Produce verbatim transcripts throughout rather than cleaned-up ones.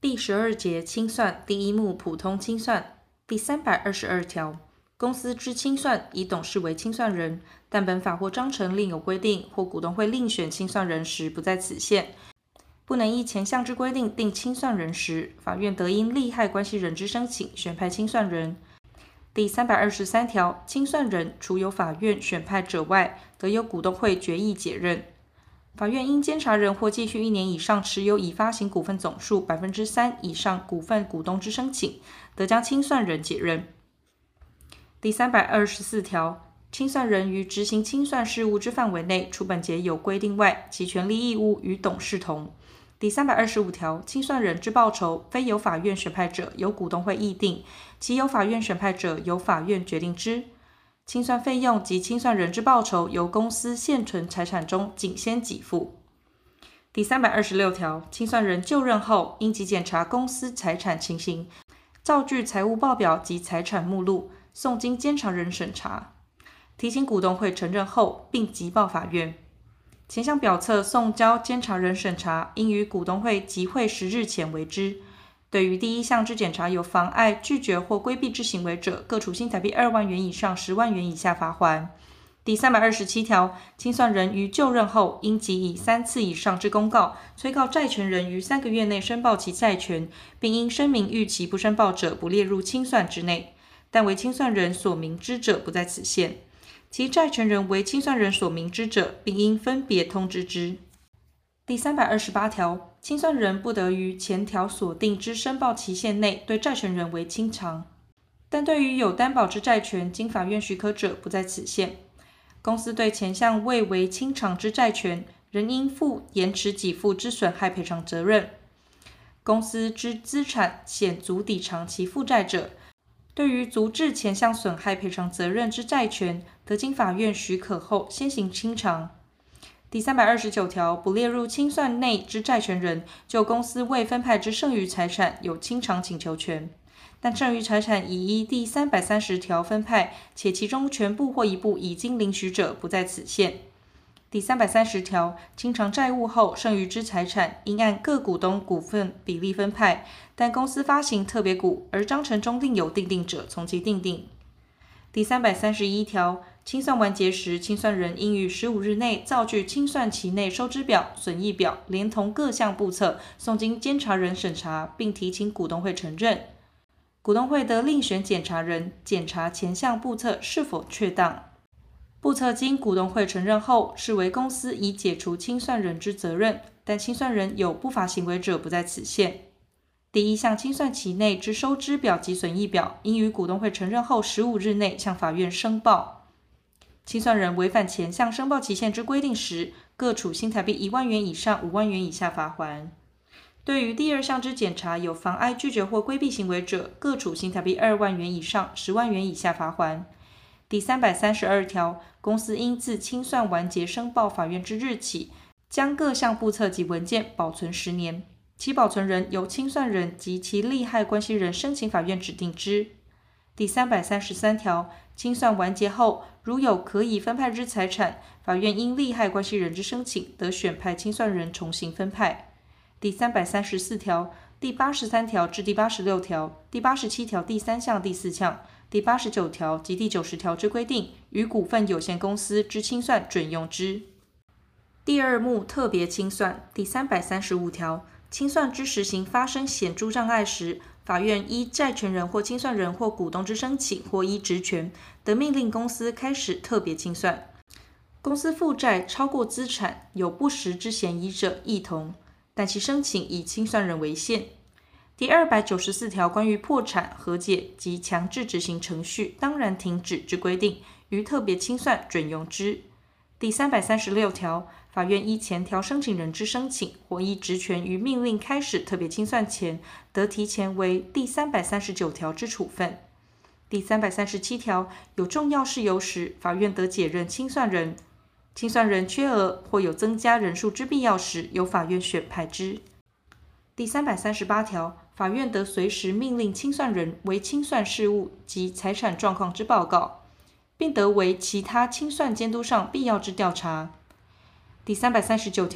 第十二节清算第一目普通清算第三百二十二条，公司之清算以董事为清算人，但本法或章程另有规定，或股东会另选清算人时不在此限，不能依前项之规定定清算人时，法院得因利害关系人之申请选派清算人。第三百二十三条，清算人除由法院选派者外，得由股东会决议解任。法院因监察人或继续一年以上持有已发行股份总数百分之三以上股份股东之申请，得将清算人解任。第三百二十四条，清算人于执行清算事务之范围内，除本节有规定外，其权利义务与董事同。第三百二十五条，清算人之报酬，非由法院选派者，由股东会议定；其由法院选派者，由法院决定之。清算费用及清算人之报酬，由公司现存财产中仅先给付。第三百二十六条，清算人就任后，应即检查公司财产情形，造具财务报表及财产目录，送经监察人审查，提请股东会承认后，并即报法院。前项表册送交监察人审查，应于股东会集会十日前为之。对于第一项之检查有妨碍、拒绝或规避之行为者，各处新台币二万元以上十万元以下罚锾。第三百二十七条，清算人于就任后，应即以三次以上之公告，催告债权人于三个月内申报其债权，并应声明逾期不申报者，不列入清算之内，但为清算人所明知者，不在此限。其债权人为清算人所明知者，并应分别通知之。第三百二十八条，清算人不得于前条所定之申报期限内对债权人为清偿，但对于有担保之债权，经法院许可者，不在此限。公司对前项未为清偿之债权，仍应负延迟给付之损害赔偿责任。公司之资产显足抵偿其负债者，对于足至前项损害赔偿责任之债权，得经法院许可后先行清偿。第三百二十九条，不列入清算内之债权人，就公司未分派之剩余财产有清偿请求权，但剩余财产已依第三百三十条分派，且其中全部或一部已经领取者，不在此限。第三百三十条，清偿债务后剩余之财产，应按各股东股份比例分派，但公司发行特别股而章程中另有订定者，从其订定。第三百三十一条，清算完结时，清算人应于十五日内造具清算期内收支表、损益表，连同各项簿册，送经监察人审查，并提请股东会承认。股东会得另选检察人，检查前项簿册是否确当。簿册经股东会承认后，视为公司已解除清算人之责任，但清算人有不法行为者，不在此限。第一项清算期内之收支表及损益表，应于股东会承认后十五日内向法院申报。清算人违反前项申报期限之规定时，各处新台币一万元以上五万元以下罚锾。对于第二项之检查有妨碍、拒绝或规避行为者，各处新台币二万元以上十万元以下罚锾。第三百三十二条，公司应自清算完结申报法院之日起，将各项簿册及文件保存十年。其保存人由清算人及其利害关系人申请法院指定之。第三百三十三条，清算完结后，如有可以分派之财产，法院因利害关系人之申请，得选派清算人重新分派。第三百三十四条、第八十三条至第八十六条、第八十七条第三项、第四项、第八十九条及第九十条之规定，与股份有限公司之清算准用之。第二目特别清算第三百三十五条，清算之实行发生显著障碍时，法院依债权人或清算人或股东之申请，或依职权，得命令公司开始特别清算。公司负债超过资产，有不实之嫌疑者，亦同，但其申请以清算人为限。第二百九十四条关于破产、和解及强制执行程序当然停止之规定，于特别清算准用之。第三百三十六条，法院依前条申请人之申请，或依职权于命令开始特别清算前，得提前为第三百三十九条之处分。第三百三十七条，有重要事由时，法院得解任清算人。清算人缺额或有增加人数之必要时，由法院选派之。第三百三十八条，法院得随时命令清算人为清算事务及财产状况之报告，并得为其他清算监督上必要之调查。第三百三十九条，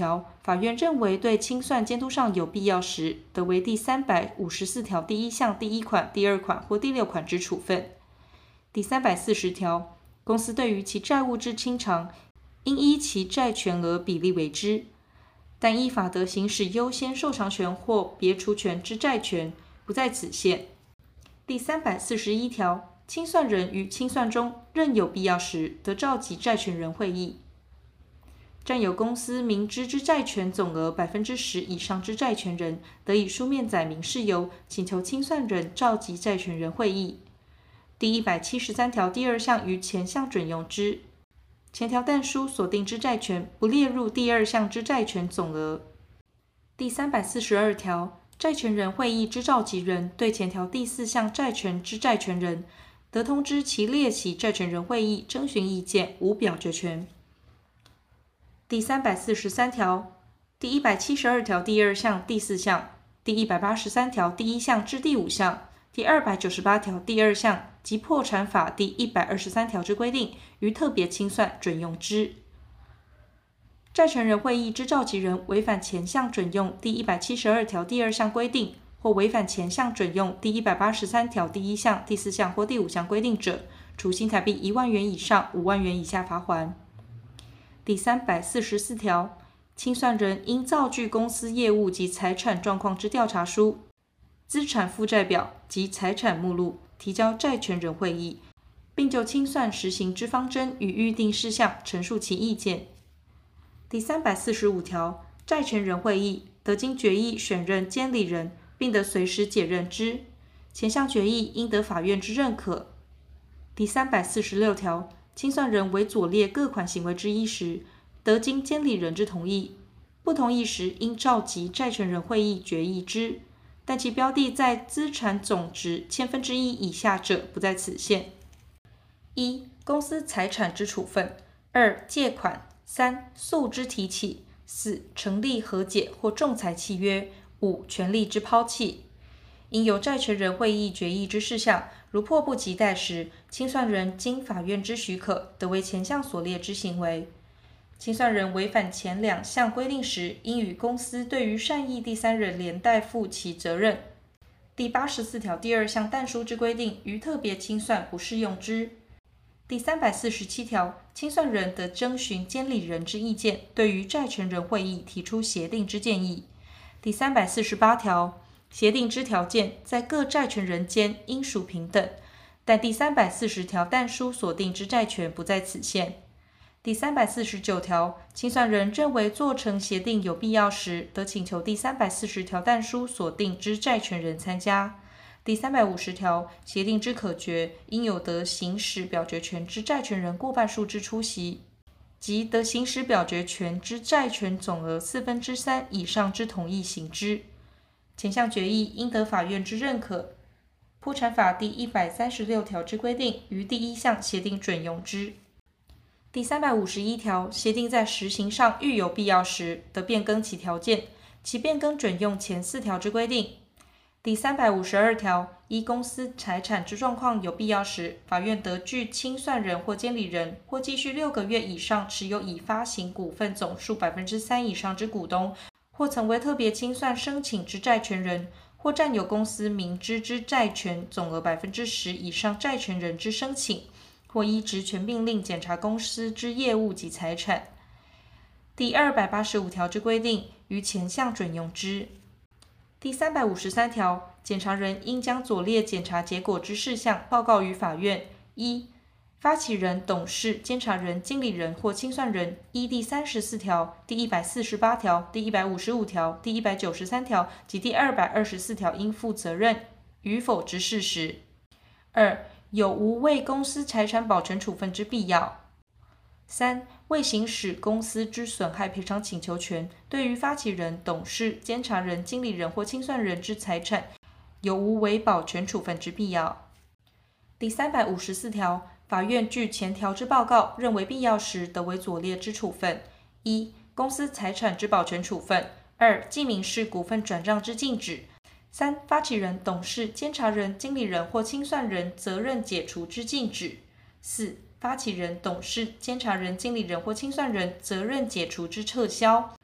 法院认为对清算监督上有必要时，得为第三百五十四条第一项第一款、第二款或第六款之处分。第三百四十条，公司对于其债务之清偿，应依其债权额比例为之，但依法得行使优先受偿权或别除权之债权，不在此限。第三百四十一条，清算人于清算中任有必要时，得召集债权人会议。占有公司明知之债权总额百分之十以上之债权人，得以书面载明事由，请求清算人召集债权人会议。第一百七十三条第二项于前项准用之。前条但书所定之债权，不列入第二项之债权总额。第三百四十二条，债权人会议之召集人对前条第四项债权之债权人，得通知其列席债权人会议征询意见，无表决权。第三百四十三条、第一百七十二条第二项、第四项、第一百八十三条第一项至第五项、第二百九十八条第二项及破产法第一百二十三条之规定，于特别清算准用之。债权人会议之召集人违反前项准用第一百七十二条第二项规定，或违反前项准用第一百八十三条第一项、第四项或第五项规定者，处新台币一万元以上五万元以下罚锾。第三百四十四条，清算人应造具公司业务及财产状况之调查书、资产负债表及财产目录，提交债权人会议，并就清算实行之方针与预定事项陈述其意见。第三百四十五条，债权人会议得经决议选任监理人，并得随时解任之，前项决议应得法院之认可。第三百四十六条，清算人为左列各款行为之一时，得经监理人之同意，不同意时应召集债权人会议决议之，但其标的在资产总值千分之一以下者，不在此限。一、公司财产之处分；二、借款；三、诉之提起；四、成立和解或仲裁契约；五、权利之抛弃。应由债权人会议决议之事项，如迫不及待时，清算人经法院之许可，得为前项所列之行为。清算人违反前两项规定时，应与公司对于善意第三人连带负其责任。第八十四条第二项但书之规定，于特别清算不适用之。第三百四十七条，清算人得征询监理人之意见，对于债权人会议提出协定之建议。第三百四十八条，协定之条件在各债权人间应属平等，但第三百四十条但书所定之债权不在此限。第三百四十九条，清算人认为做成协定有必要时，得请求第三百四十条但书所定之债权人参加。第三百五十条，协定之可决，应有得行使表决权之债权人过半数之出席，即得行使表决权之债权总额四分之三以上之同意行之。前项决议应得法院之认可。破产法第一百三十六条之规定，于第一项协定准用之。第三百五十一条，协定在实行上遇有必要时，得变更其条件，其变更准用前四条之规定。第三百五十二条，依公司财产之状况有必要时，法院得据清算人或监理人或继续六个月以上持有已发行股份总数百分之三以上之股东，或曾为特别清算申请之债权人，或占有公司明知之债权总额百分之十以上债权人之申请，或依职权命令检查公司之业务及财产。第二百八十五条之规定，于前项准用之。第三百五十三条，检察人应将左列检查结果之事项报告于法院：一、发起人、董事、监察人、经理人或清算人依第三十四条、第一百四十八条、第一百五十五条、第一百九十三条及第二百二十四条应负责任与否之事实；二、有无为公司财产保全处分之必要；三、为行使公司之损害赔偿请求权，对于发起人、董事、监察人、经理人或清算人之财产，有无为保全处分之必要。第三百五十四条，法院据前条之报告，认为必要时，得为左列之处分：一、公司财产之保全处分；二、记名式股份转让之禁止；三、发起人、董事、监察人、经理人或清算人责任解除之禁止；四、发起人、董事、监察人、经理人或清算人责任解除之撤销。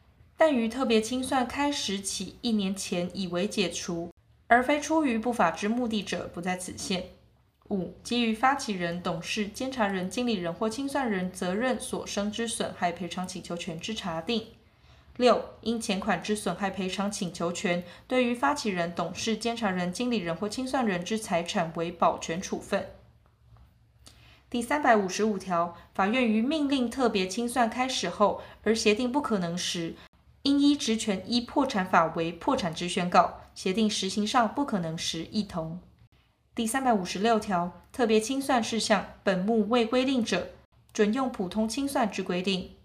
但于特别清算开始起一年前已为解除，而非出于不法之目的者，不在此限。五、基于发起人、董事、监察人、经理人或清算人责任所生之损害赔偿请求权之查定。六、因钱款之损害赔偿请求权对于发起人、董事、监察人、经理人或清算人之财产为保全处分。第三百五十五条，法院于命令特别清算开始后，而协定不可能时，应依职权依破产法为破产之宣告；协定实行上不可能时，一同。第三百五十六条，特别清算事项本目未规定者，准用普通清算之规定。